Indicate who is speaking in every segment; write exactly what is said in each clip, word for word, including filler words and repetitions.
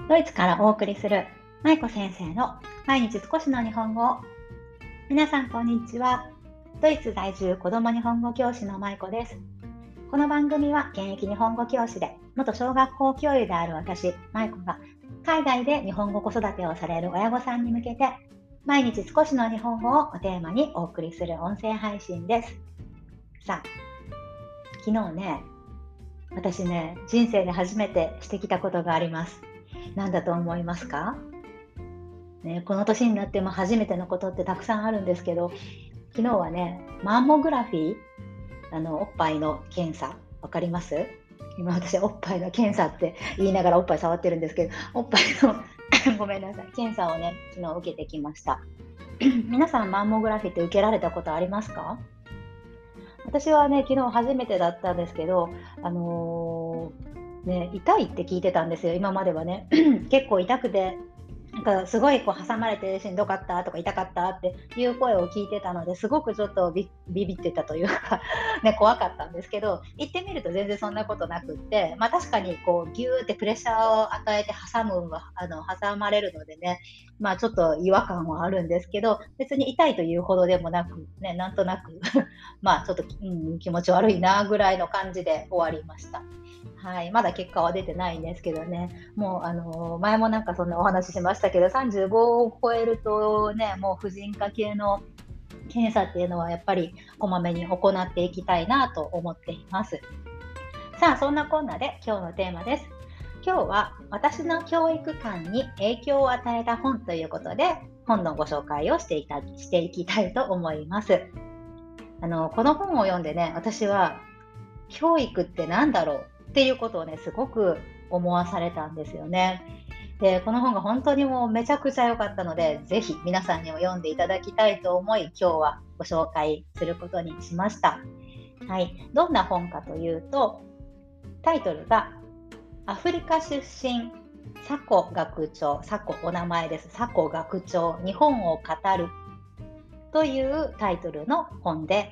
Speaker 1: ドイツからお送りする舞子先生の毎日少しの日本語。皆さんこんにちは。ドイツ在住子ども日本語教師の舞子です。この番組は現役日本語教師で元小学校教諭である私舞子が海外で日本語子育てをされる親御さんに向けて毎日少しの日本語をテーマにお送りする音声配信です。さあ、昨日ね私ね人生で初めてしてきたことがあります。何だと思いますか、ね、この年になっても初めてのことってたくさんあるんですけど、昨日はねマンモグラフィー、あのおっぱいの検査、わかります？今私おっぱいの検査って言いながらおっぱい触ってるんですけど、おっぱいのごめんなさい検査をね昨日受けてきました皆さんマンモグラフィーって受けられたことありますか？私はね昨日初めてだったんですけど、あのーね、痛いって聞いてたんですよ、今まではね結構痛くて、なんかすごいこう挟まれてしんどかったとか痛かったっていう声を聞いてたので、すごくちょっと ビ, ビビってたというか、ね、怖かったんですけど、行ってみると全然そんなことなくって、まあ、確かにこうギューってプレッシャーを与えて挟むあの挟まれるのでね、まあ、ちょっと違和感はあるんですけど、別に痛いというほどでもなく、ね、なんとなくまあちょっと、うん、気持ち悪いなぐらいの感じで終わりました。はい、まだ結果は出てないんですけどね、もうあの前もなんかそんなお話ししましたけど、さんじゅうごを超えるとね、もう婦人科系の検査っていうのはやっぱりこまめに行っていきたいなと思っています。さあ、そんなこんなで今日のテーマです。今日は私の教育観に影響を与えた本ということで、本のご紹介をしていたしていきたいと思います。あのこの本を読んでね、私は教育って何だろうっていうことをねすごく思わされたんですよね。でこの本が本当にもうめちゃくちゃ良かったので、ぜひ皆さんにも読んでいただきたいと思い、今日はご紹介することにしました。はい、どんな本かというと、タイトルがアフリカ出身佐古学長、佐古お名前です、佐古学長日本を語るというタイトルの本です。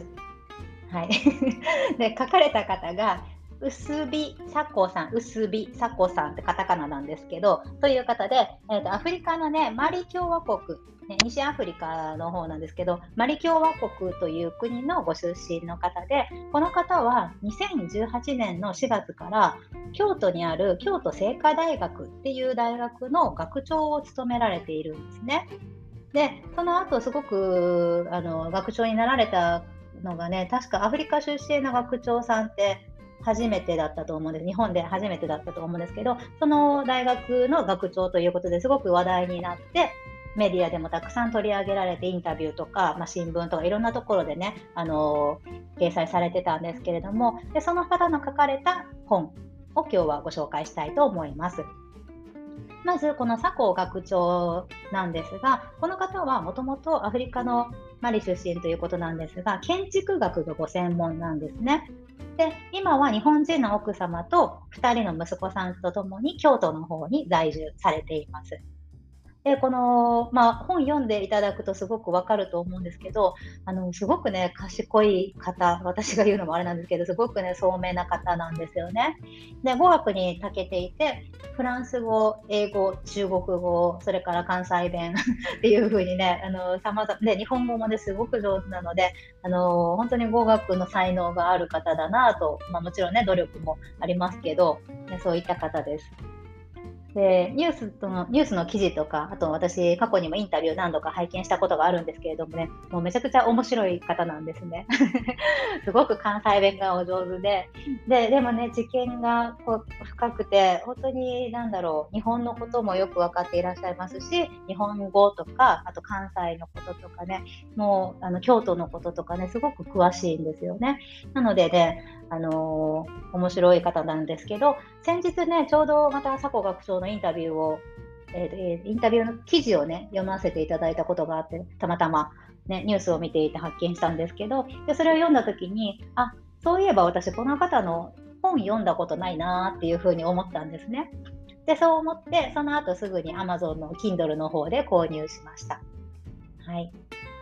Speaker 1: はい、で書かれた方が薄日佐子さん、薄日佐子さんってカタカナなんですけど、という方で、えーと、アフリカのねマリ共和国、ね、西アフリカの方なんですけど、マリ共和国という国のご出身の方で、この方はにせんじゅうはちねんのしがつから京都にある京都精華大学っていう大学の学長を務められているんですね。でその後すごくあの学長になられたのがね、確かアフリカ出身の学長さんって初めてだったと思うんです。日本で初めてだったと思うんですけど、その大学の学長ということですごく話題になって、メディアでもたくさん取り上げられて、インタビューとか、まあ、新聞とかいろんなところでね、あの掲載されてたんですけれども、でその方の書かれた本を今日はご紹介したいと思います。まずこの佐古学長なんですが、この方はもともとアフリカのマリ出身ということなんですが、建築学がご専門なんですね。で今は日本人の奥様とふたりの息子さんとともに京都の方に在住されています。でこの、まあ、本読んでいただくとすごくわかると思うんですけど、あのすごくね賢い方、私が言うのもあれなんですけど、すごくね聡明な方なんですよね。で語学に長けていて、フランス語、英語、中国語、それから関西弁っていう風にね、あの様々で日本語もねすごく上手なので、あの本当に語学の才能がある方だなと、まあ、もちろんね努力もありますけど、ね、そういった方です。でニュースとのニュースの記事とか、あと私過去にもインタビュー何度か拝見したことがあるんですけれどもね、もうめちゃくちゃ面白い方なんですねすごく関西弁がお上手で、ででもね知見がこう深くて、本当に何だろう、日本のこともよく分かっていらっしゃいますし、日本語とかあと関西のこととかね、もうあの京都のこととかねすごく詳しいんですよね。なのでね、あのー、面白い方なんですけど、先日ねちょうどまた佐古学長のインタビューを、えー、インタビューの記事をね読ませていただいたことがあって、たまたま、ね、ニュースを見ていて発見したんですけど、でそれを読んだ時に、あ、そういえば私この方の本読んだことないなっていうふうに思ったんですね。でそう思って、その後すぐに Amazon の Kindle の方で購入しました。はい。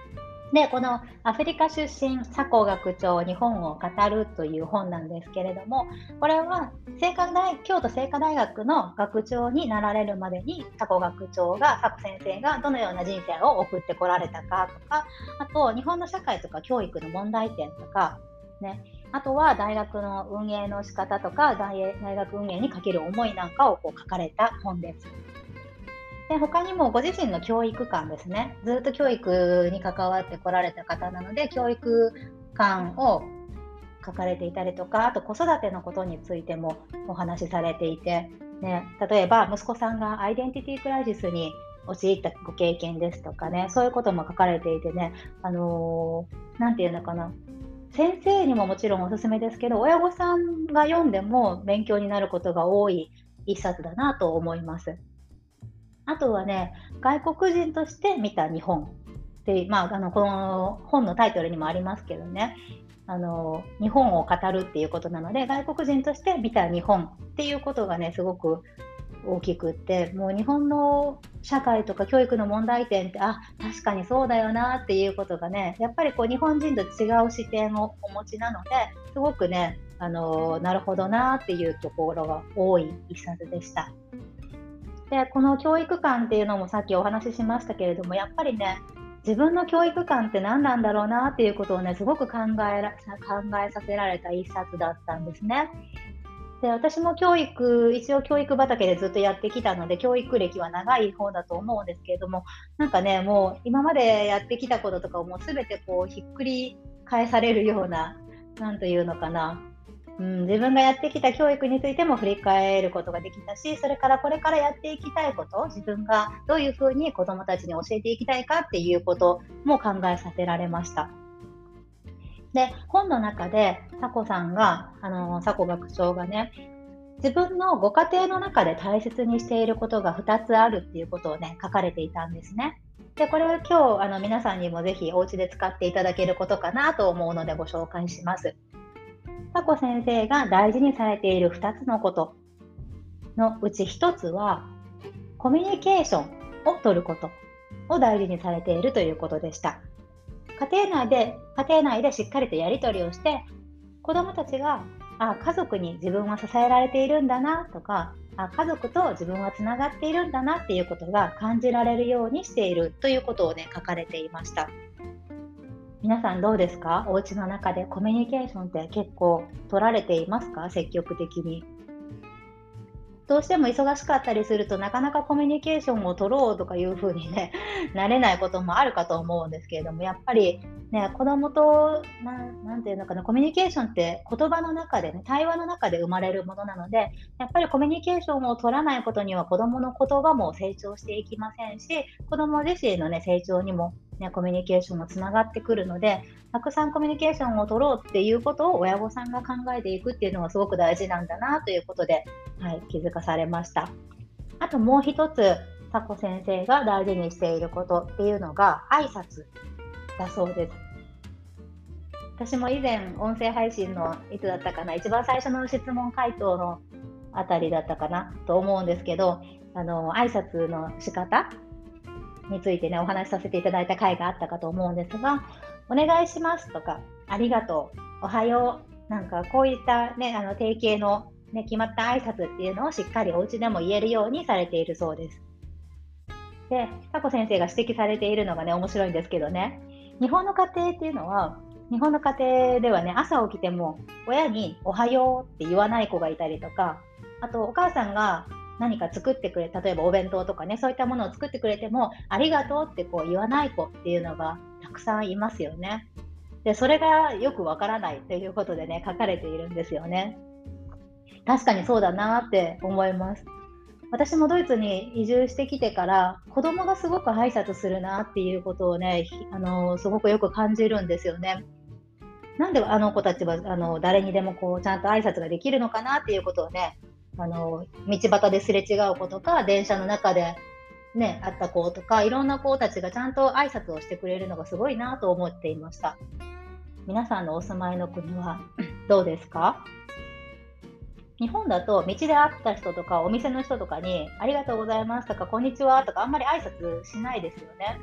Speaker 1: で、このアフリカ出身佐古学長日本を語るという本なんですけれども、これは清華大京都精華大学の学長になられるまでに佐古学長が佐古先生がどのような人生を送ってこられたかとか、あと日本の社会とか教育の問題点とか、ね、あとは大学の運営の仕方とか大学運営にかける思いなんかをこう書かれた本です。で、他にもご自身の教育観ですね。ずっと教育に関わってこられた方なので、教育観を書かれていたりとか、あと子育てのことについてもお話しされていて、ね、例えば息子さんがアイデンティティクライシスに陥ったご経験ですとかね、そういうことも書かれていてね、あのー、なんていうのかな、先生にももちろんおすすめですけど、親御さんが読んでも勉強になることが多い一冊だなと思います。あとはね、外国人として見た日本って、まあ、あのこの本のタイトルにもありますけどね、あの日本を語るっていうことなので、外国人として見た日本っていうことがねすごく大きくって、もう日本の社会とか教育の問題点って、あ、確かにそうだよなっていうことがね、やっぱりこう日本人と違う視点をお持ちなので、すごくね、あのなるほどなっていうところが多い一冊でした。で、この教育観っていうのもさっきお話ししましたけれども、やっぱりね、自分の教育観って何なんだろうなっていうことをね、すごく考えら考えさせられた一冊だったんですね。で、私も教育、一応教育畑でずっとやってきたので、教育歴は長い方だと思うんですけれども、なんかね、もう今までやってきたこととかをもう全てこうひっくり返されるような、なんというのかな、うん、自分がやってきた教育についても振り返ることができたし、それからこれからやっていきたいこと、自分がどういうふうに子どもたちに教えていきたいかっていうことも考えさせられました。で、本の中で佐古さんが、あの佐古学長がね、自分のご家庭の中で大切にしていることがふたつあるっていうことをね、書かれていたんですね。で、これは今日あの皆さんにもぜひお家で使っていただけることかなと思うのでご紹介します。佐古先生が大事にされているふたつのことのうちひとつは、コミュニケーションを取ることを大事にされているということでした。家庭内で、家庭内でしっかりとやり取りをして、子どもたちが、あ、家族に自分は支えられているんだなとか、あ、家族と自分はつながっているんだなっていうことが感じられるようにしているということをね、書かれていました。皆さんどうですか？お家の中でコミュニケーションって結構取られていますか？積極的に。どうしても忙しかったりするとなかなかコミュニケーションを取ろうとかいう風にねなれないこともあるかと思うんですけれども、やっぱりね、子供とな、なんていうのかな、コミュニケーションって言葉の中でね、対話の中で生まれるものなので、やっぱりコミュニケーションを取らないことには子供の言葉も成長していきませんし、子供自身のね、成長にもね、コミュニケーションもつながってくるので、たくさんコミュニケーションを取ろうっていうことを親御さんが考えていくっていうのがすごく大事なんだなということで、はい、気づかされました。あともう一つ、佐古先生が大事にしていることっていうのが挨拶だそうです。私も以前音声配信のいつだったかな、一番最初の質問回答のあたりだったかなと思うんですけど、あの挨拶の仕方についてね、お話しさせていただいた回があったかと思うんですが、お願いしますとか、ありがとう、おはよう、なんかこういったね、あの定型の、ね、決まった挨拶っていうのをしっかりお家でも言えるようにされているそうです。で、佐古先生が指摘されているのがね、面白いんですけどね、日本の家庭っていうのは、日本の家庭ではね、朝起きても親におはようって言わない子がいたりとか、あとお母さんが何か作ってくれ、例えばお弁当とかね、そういったものを作ってくれてもありがとうってこう言わない子っていうのがたくさんいますよね。で、それがよくわからないということでね、書かれているんですよね。確かにそうだなって思います。私もドイツに移住してきてから子供がすごく挨拶するなっていうことをね、あのすごくよく感じるんですよね。なんであの子たちはあの誰にでもこうちゃんと挨拶ができるのかなっていうことをね、あの道端ですれ違う子とか電車の中で、ね、会った子とかいろんな子たちがちゃんと挨拶をしてくれるのがすごいなと思っていました。皆さんのお住まいの国はどうですか？日本だと道で会った人とかお店の人とかにありがとうございますとかこんにちはとかあんまり挨拶しないですよね。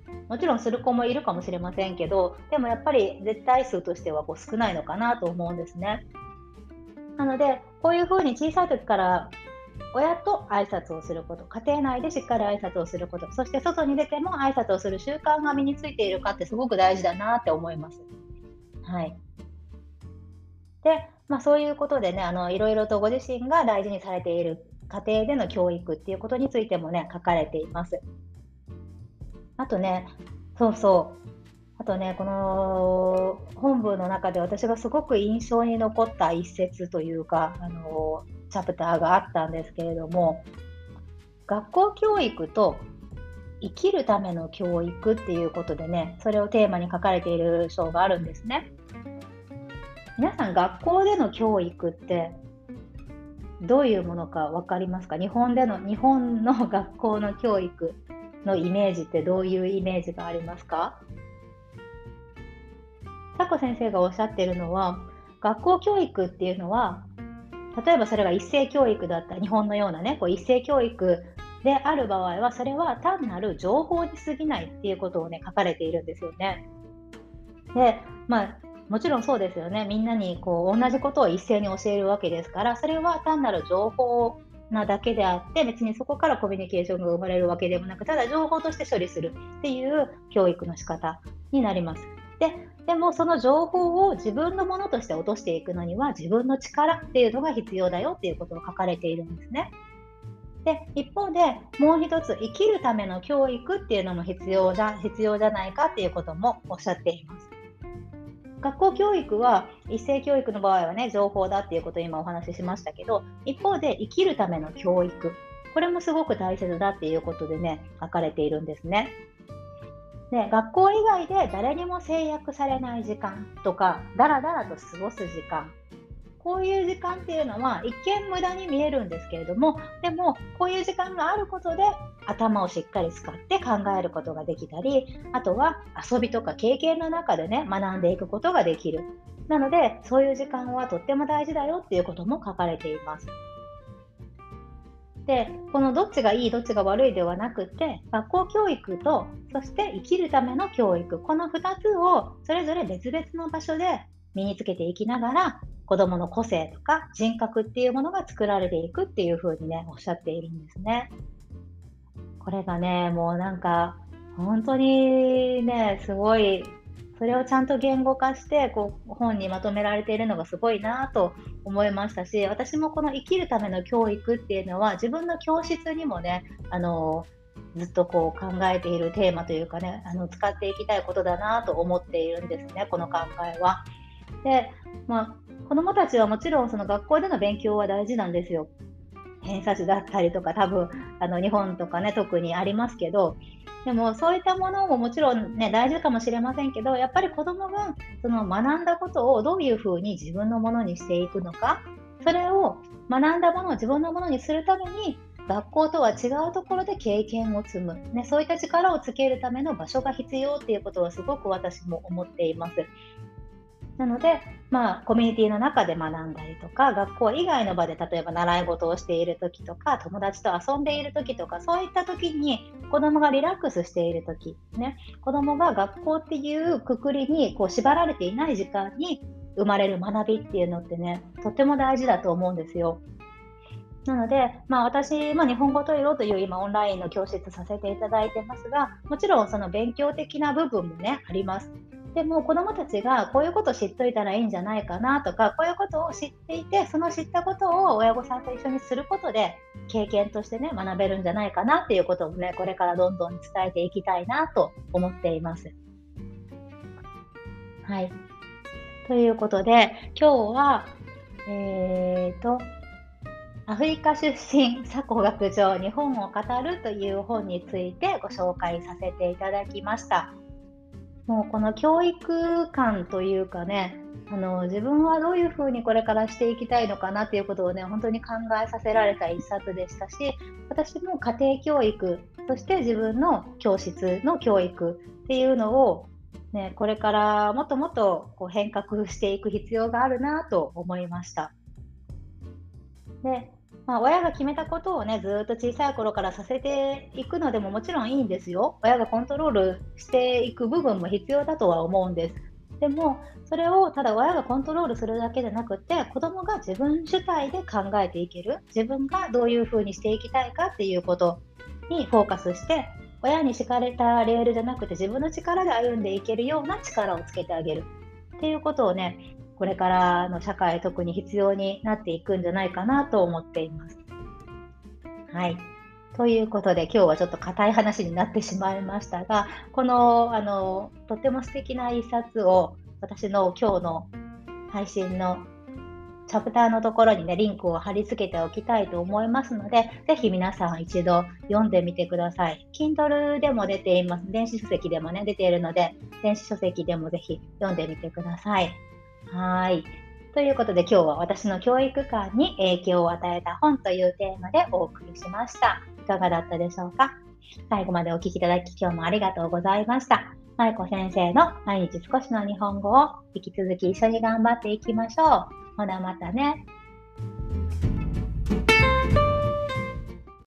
Speaker 1: もちろんする子もいるかもしれませんけど、でもやっぱり絶対数としてはこう少ないのかなと思うんですね。なのでこういうふうに小さい時から親と挨拶をすること、家庭内でしっかり挨拶をすること、そして外に出ても挨拶をする習慣が身についているかってすごく大事だなって思います。はい。で、まあ、そういうことでね、あのいろいろとご自身が大事にされている家庭での教育っていうことについてもね、書かれています。あとね、そうそう。あとね、この本文の中で私がすごく印象に残った一節というか、あのチャプターがあったんですけれども、学校教育と生きるための教育っていうことでね、それをテーマに書かれている章があるんですね。皆さん、学校での教育ってどういうものか分かりますか？日本での日本の学校の教育のイメージってどういうイメージがありますか？タコ先生がおっしゃっているのは、学校教育っていうのは、例えばそれが一斉教育だった日本のようなね、こう一斉教育である場合は、それは単なる情報に過ぎないっていうことをね、書かれているんですよね。で、まあ、もちろんそうですよね。みんなにこう同じことを一斉に教えるわけですから、それは単なる情報なだけであって、別にそこからコミュニケーションが生まれるわけでもなく、ただ情報として処理するっていう教育の仕方になります。で、でもその情報を自分のものとして落としていくのには、自分の力っていうのが必要だよっていうことが書かれているんですね。で、一方でもう一つ、生きるための教育っていうのも必要じゃ必要じゃないかっていうこともおっしゃっています。学校教育は一斉教育の場合はね、情報だっていうことを今お話ししましたけど、一方で生きるための教育、これもすごく大切だっていうことでね、書かれているんですね。で、学校以外で誰にも制約されない時間とか、だらだらと過ごす時間、こういう時間っていうのは一見無駄に見えるんですけれども、でもこういう時間があることで頭をしっかり使って考えることができたり、あとは遊びとか経験の中でね、学んでいくことができる。なのでそういう時間はとっても大事だよっていうことも書かれています。で、このどっちがいいどっちが悪いではなくて、学校教育とそして生きるための教育、このふたつをそれぞれ別々の場所で身につけていきながら、子どもの個性とか人格っていうものが作られていくっていうふうにね、おっしゃっているんですね。これがね、もうなんか本当にね、すごい、それをちゃんと言語化してこう本にまとめられているのがすごいなと思いましたし、私もこの生きるための教育っていうのは自分の教室にもね、あのずっとこう考えているテーマというかね、あの使っていきたいことだなと思っているんですね、この考えは。で、まあ、子どもたちはもちろんその学校での勉強は大事なんですよ。偏差値だったりとか、多分あの日本とかね、特にありますけど、でもそういったものももちろんね、大事かもしれませんけど、やっぱり子どもがその学んだことをどういうふうに自分のものにしていくのか、それを学んだものを自分のものにするために、学校とは違うところで経験を積む、ね、そういった力をつけるための場所が必要っていうことはすごく私も思っています。なので、まあ、コミュニティの中で学んだりとか、学校以外の場で例えば習い事をしている時とか、友達と遊んでいる時とか、そういった時に子供がリラックスしている時、ね、子供が学校っていう括りにこう縛られていない時間に生まれる学びっていうのってね、とても大事だと思うんですよ。なので、まあ、私も日本語トイロという今オンラインの教室させていただいてますが、もちろんその勉強的な部分もね、あります。でも子どもたちがこういうことを知っといたらいいんじゃないかなとか、こういうことを知っていて、その知ったことを親御さんと一緒にすることで、経験としてね、学べるんじゃないかなっていうことをね、これからどんどん伝えていきたいなと思っています。はい。ということで、今日は、えーと、アフリカ出身、佐古学長、日本を語るという本についてご紹介させていただきました。もうこの教育観というかね、あの自分はどういうふうにこれからしていきたいのかなということをね、本当に考えさせられた一冊でしたし、私も家庭教育、そして自分の教室の教育っていうのを、ね、これからもっともっとこう変革していく必要があるなと思いました。で、 まあ、親が決めたことをね、ずーっと小さい頃からさせていくのでももちろんいいんですよ。親がコントロールしていく部分も必要だとは思うんです。でも、それをただ親がコントロールするだけじゃなくて、子供が自分主体で考えていける、自分がどういうふうにしていきたいかっていうことにフォーカスして、親に敷かれたレールじゃなくて自分の力で歩んでいけるような力をつけてあげるっていうことをね、これからの社会、特に必要になっていくんじゃないかなと思っています。はい。ということで、今日はちょっと硬い話になってしまいましたが、この、あの、とっても素敵な一冊を、私の今日の配信のチャプターのところにね、リンクを貼り付けておきたいと思いますので、ぜひ皆さん一度読んでみてください。Kindle でも出ています。電子書籍でもね、出ているので、電子書籍でもぜひ読んでみてください。はい。ということで、今日は私の教育観に影響を与えた本というテーマでお送りしました。いかがだったでしょうか？最後までお聞きいただき今日もありがとうございました。舞子先生の毎日少しの日本語を引き続き一緒に頑張っていきましょう。ほなまたね。